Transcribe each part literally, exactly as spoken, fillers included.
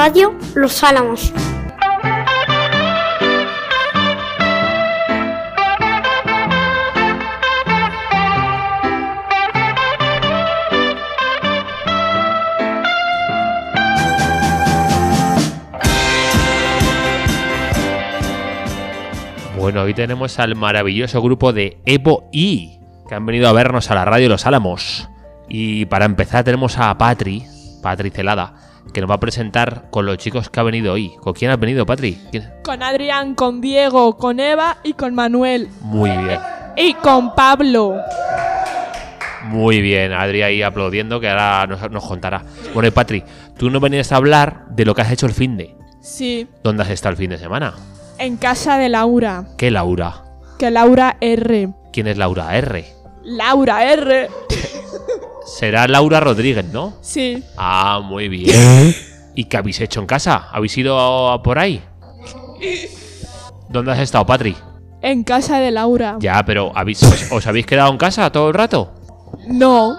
Radio Los Álamos. Bueno, hoy tenemos al maravilloso grupo de Evo I, que han venido a vernos a la radio Los Álamos. Y para empezar tenemos a Patri, Patri Celada, que nos va a presentar con los chicos que ha venido hoy. ¿Con quién has venido, Patri? ¿Quién? Con Adrián, con Diego, con Eva y con Manuel. Muy bien. Y con Pablo. Muy bien, Adri ahí aplaudiendo, que ahora nos, nos contará. Bueno, y Patri, tú nos venías a hablar de lo que has hecho el finde. Sí. ¿Dónde has estado el fin de semana? En casa de Laura. ¿Qué Laura? Que Laura R. ¿Quién es Laura R? Laura R. Será Laura Rodríguez, ¿no? Sí. Ah, muy bien. ¿Y qué habéis hecho en casa? ¿Habéis ido por ahí? ¿Dónde has estado, Patri? En casa de Laura. Ya, pero ¿habéis, os, ¿os habéis quedado en casa todo el rato? No.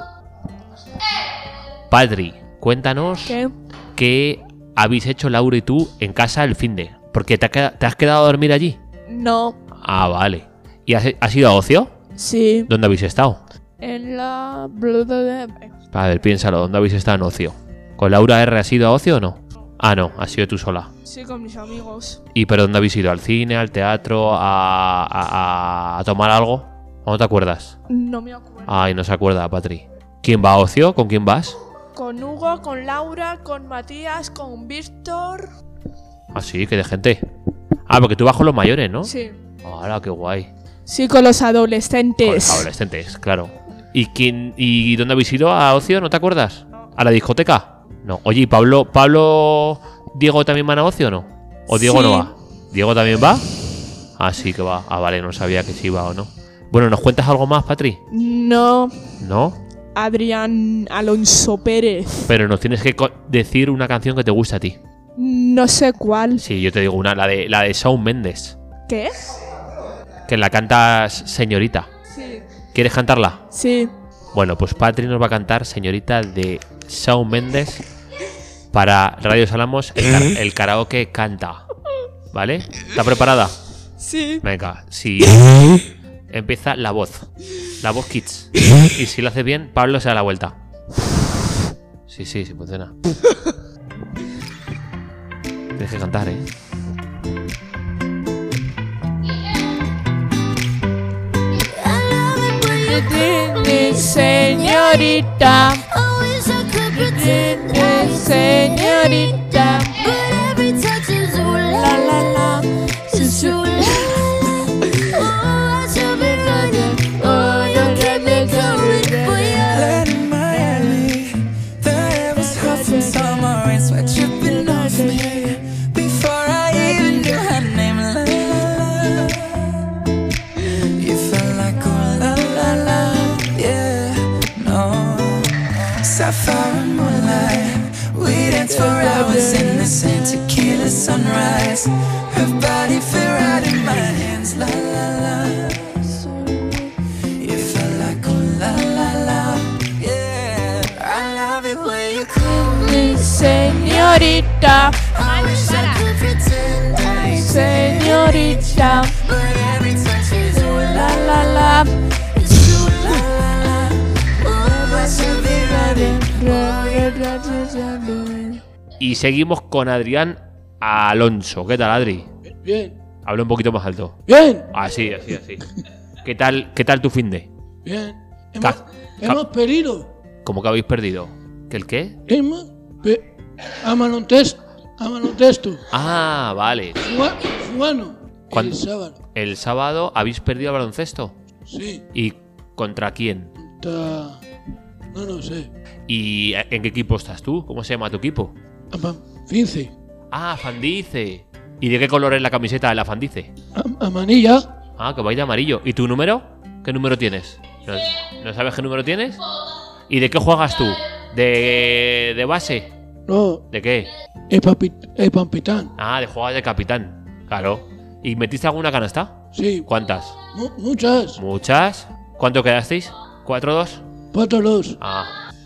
Patri, cuéntanos ¿Qué? qué habéis hecho Laura y tú en casa el finde. ¿Porque te, ha queda, te has quedado a dormir allí? No. Ah, vale. ¿Y has, has ido a ocio? Sí. ¿Dónde habéis estado? En la... A ver, piénsalo, ¿dónde habéis estado en ocio? ¿Con Laura R has ido a ocio o no? Ah, no, has ido tú sola. Sí, con mis amigos. ¿Y pero dónde habéis ido? ¿Al cine, al teatro, a, a, a tomar algo? ¿O no te acuerdas? No me acuerdo. Ay, no se acuerda, Patri. ¿Quién va a ocio? ¿Con quién vas? Con Hugo, con Laura, con Matías, con Víctor. Ah, sí, que de gente. Ah, porque tú vas con los mayores, ¿no? Sí. Hola, qué guay. Sí, con los adolescentes. Con los adolescentes, claro. ¿Y quién y dónde habéis ido a ocio? ¿No te acuerdas? No. ¿A la discoteca? No. Oye, ¿y Pablo, Pablo, Diego también van a ocio o no? ¿O Diego Sí. no va? ¿Diego también va? Ah, sí que va. Ah, vale, no sabía que sí iba o no. Bueno, ¿nos cuentas algo más, Patri? No. ¿No? Adrián Alonso Pérez. Pero nos tienes que co- decir una canción que te gusta a ti. No sé cuál. Sí, yo te digo una, la de la de Shawn Mendes, ¿Qué? que la cantas Señorita. Sí. ¿Quieres cantarla? Sí. Bueno, pues Patri nos va a cantar Señorita de Shawn Mendes para Radio Los Álamos, el, car- el karaoke canta. ¿Vale? ¿Está preparada? Sí. Venga, si empieza la voz. La voz Kids. Y si lo hace bien, Pablo se da la vuelta. Sí, sí, sí funciona. Tienes que cantar, ¿eh? Señorita, señorita, la la la, su su la Let in Miami, the air was hot from summer rain, sweat dripping off me. Before I even knew her name, la la la. You felt like oh la la la, yeah, no. Sapphire and moonlight, we danced for hours in the sand, tequila sunrise. Her body fit right in my hands, la la la. You felt like oh la la la, yeah. I love it when you call me señorita, I wish I could pretend I señorita, but every touch is ooh la la la la. it's true la la la. Ooh, I should be running. Y seguimos con Adrián Alonso. ¿Qué tal, Adri? Bien, Habla un poquito más alto. bien, Así, así, así. ¿Qué tal, qué tal tu finde? bien. Hemos, Ca- hemos perdido. ¿Cómo que habéis perdido? ¿Que el qué? Hemos pe a baloncesto. A baloncesto. Ah, vale. Jua- Jugando. ¿Cuándo? El sábado. El sábado habéis perdido el baloncesto. Sí. ¿Y contra quién? Está... No lo sé. ¿Y en qué equipo estás tú? ¿Cómo se llama tu equipo? Ama- Fince. Ah, Fandice. ¿Y de qué color es la camiseta de la Fandice? Am- Amanilla. Ah, que vais de amarillo. ¿Y tu número? ¿Qué número tienes? ¿No, no sabes qué número tienes? ¿Y de qué juegas tú? ¿De, de base? No. ¿De qué? El, papi, el pampitán. Ah, de jugar de capitán. Claro. ¿Y metiste alguna canasta? Sí. ¿Cuántas? Mu- muchas. ¿Muchas? ¿Cuánto quedasteis? ¿Cuatro dos? Cuatro dos. Ah.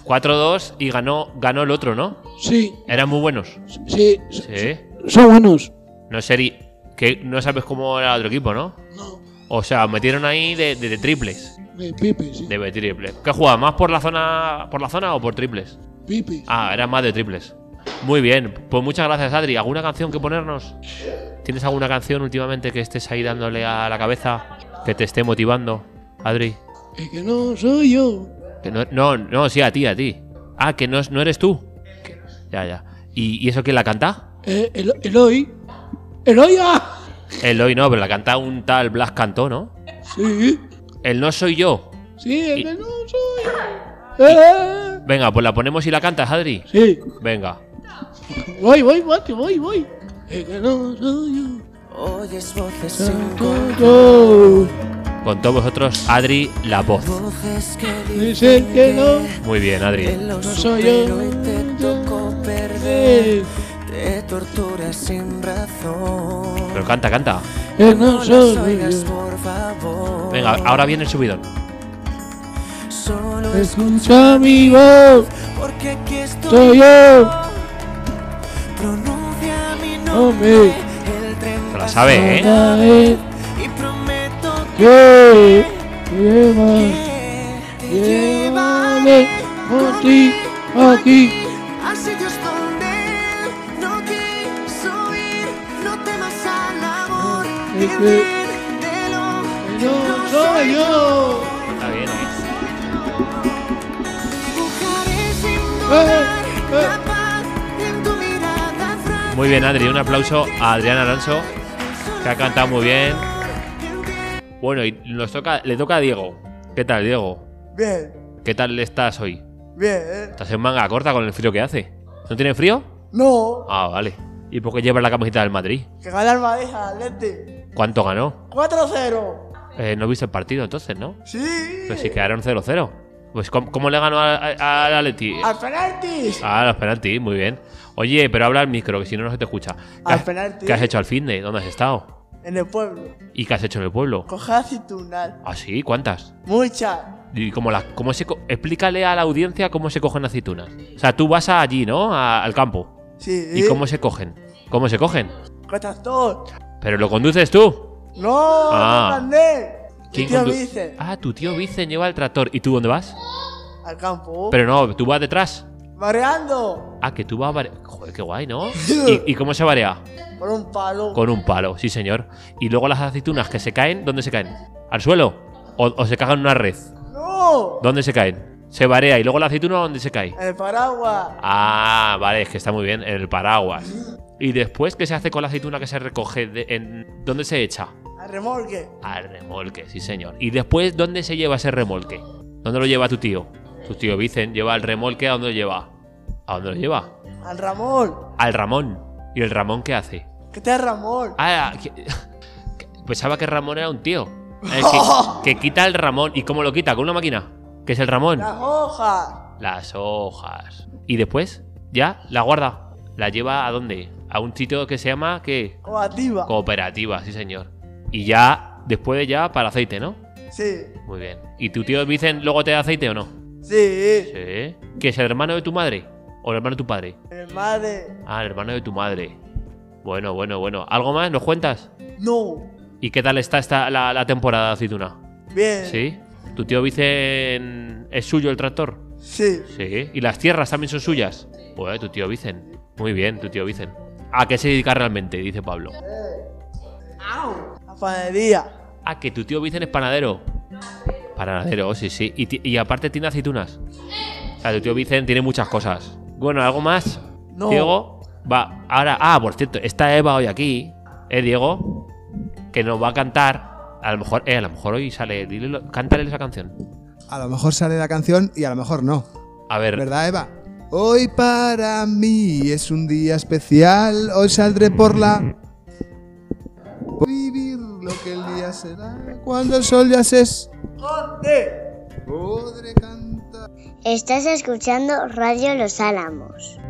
cuatro dos y ganó, ganó el otro, ¿no? Sí, Eran muy buenos. sí, Sí. son buenos. No seri que no sabes cómo era el otro equipo, ¿no? No, O sea, metieron ahí de, de, de triples. de Pipe, sí. De triples. ¿Qué jugaba? ¿Más por la zona por la zona o por triples? Pipe. Ah, era más de triples. Muy bien. Pues muchas gracias, Adri. ¿Alguna canción que ponernos? ¿Tienes alguna canción últimamente que estés ahí dándole a la cabeza? Que te esté motivando, Adri. Es que no soy yo. Que no, no, no, sí, a ti, a ti. Ah, que no, no eres tú. Ya, ya. ¿Y, y eso quién la canta? Eh, el, Eloy. ¡Eloy! ¡Ah! Eloy no, pero la canta un tal Blas Cantó, ¿no? Sí, El no soy yo. sí, es Y- que no soy yo. Eh, Venga, pues la ponemos y la cantas, Adri. Sí, Venga. voy, voy, voy, voy, voy. Es que no soy yo. Oyes voces sin Soy yo. Con todos vosotros, Adri, la voz. voces que Dicen que no. Muy bien, Adri. lo No soy yo. supero y te tocó perder. Eh, Te torturas sin razón. Pero canta, canta. que no las soy oigas, yo. por favor. Venga, ahora viene el subidón. Solo Escucha mi voz. porque aquí estoy. Soy yo. Pronuncia mi Hombre. nombre. El tren Se la sabe, ¿eh? Cada vez y prometo que lleva, que te llévame llevaré por ti aquí. a sitios donde no quiso ir. No temas al amor. Es Y que- véndelo, Que no soy yo. Está bien, ¿eh? dibujaré sin Eh, dudar eh. la paz en tu mirada frágil. Muy bien, Adri. Un aplauso a Adrián Alonso, que ha cantado muy bien. Bueno, y nos toca, le toca a Diego. ¿Qué tal, Diego? Bien, ¿Qué tal estás hoy? bien. ¿Estás en manga corta con el frío que hace? ¿No tiene frío? No, Ah, vale. ¿Y por qué llevas la camiseta del Madrid? que gana el Madrid al Atleti. ¿Cuánto ganó? cuatro cero. Eh, no viste el partido entonces, ¿no? Sí. Pues si quedaron cero cero. Pues ¿cómo, cómo le ganó a- a- al Atleti? Al penaltis. Ah, los penaltis, muy bien. Oye, pero habla al micro, que si no, no se te escucha. ¿Qué Al has, penalti. ¿Qué has hecho al fin de? ¿Dónde has estado? En el pueblo. ¿Y qué has hecho en el pueblo? Coger aceitunas. ¿Ah, sí? ¿Cuántas? Muchas. ¿Y cómo, la, cómo se co- explícale a la audiencia cómo se cogen aceitunas? O sea, tú vas allí, ¿no? A- al campo. Sí. ¿Y cómo se cogen? ¿Cómo se cogen? Con tractor. ¿Pero lo conduces tú? No, Ah. no mandé. ¿Quién tío condu- dice. Ah, tu tío Vicen lleva el tractor. ¿Y tú dónde vas? Al campo. Pero no, tú vas detrás. Mareando. Ah, que tú vas... vare- Joder, qué guay, ¿no? ¿Y, y cómo se varea? Con un palo. Con un palo, sí señor. Y luego las aceitunas que se caen, ¿dónde se caen? ¿Al suelo? ¿O, o se cagan en una red? No. ¿Dónde se caen? Se varea. ¿Y luego la aceituna dónde se cae? En el paraguas. Ah, vale, es que está muy bien. En el paraguas. ¿Y después qué se hace con la aceituna que se recoge? De- en, ¿Dónde se echa? Al remolque. Al remolque, sí señor. ¿Y después dónde se lleva ese remolque? ¿Dónde lo lleva tu tío? Tu tío Vicen lleva el remolque, ¿a dónde lo lleva? ¿A dónde lo lleva? Al Ramón. Al Ramón. ¿Y el Ramón qué hace? ¿Qué te es Ramón? Ah, que- que- pensaba que Ramón era un tío. El que, que quita el Ramón. ¿Y cómo lo quita? ¿Con una máquina? ¿Qué es el Ramón? Las hojas. Las hojas. ¿Y después? ¿Ya? ¿La guarda? ¿La lleva a dónde? A un sitio que se llama, ¿qué? Cooperativa. Cooperativa, sí señor. Y ya, después de ya, para aceite, ¿no? Sí. Muy bien. ¿Y tu tío Vicen luego te da aceite o no? Sí. Sí. ¿Que es el hermano de tu madre? ¿O el hermano de tu padre? El madre. Ah, el hermano de tu madre. Bueno, bueno, bueno. ¿Algo más? ¿Nos cuentas? No. ¿Y qué tal está esta, la, la temporada de aceituna? Bien. ¿Sí? ¿Tu tío Vicen es suyo el tractor? Sí. Sí. ¿Y las tierras también son suyas? Pues tu tío Vicen. Muy bien, tu tío Vicen. ¿A qué se dedica realmente? Dice Pablo. La panadería. Ah, que tu tío Vicen es panadero. Panadero, sí, sí. Y, ti- y aparte tiene aceitunas. O sea, tu tío Vicen tiene muchas cosas. Bueno, ¿algo más? No. Diego, va, ahora, ah, por cierto, está Eva hoy aquí, ¿eh, Diego? Que nos va a cantar. A lo mejor, eh, a lo mejor hoy sale. Dile, lo- cántale esa canción. A lo mejor sale la canción y a lo mejor no. A ver, ¿Verdad, Eva? Hoy para mí es un día especial. Hoy saldré por la... Voy a vivir lo que el día será. Cuando el sol ya se es... ¿Dónde? Podré cantar. Estás escuchando Radio Los Álamos.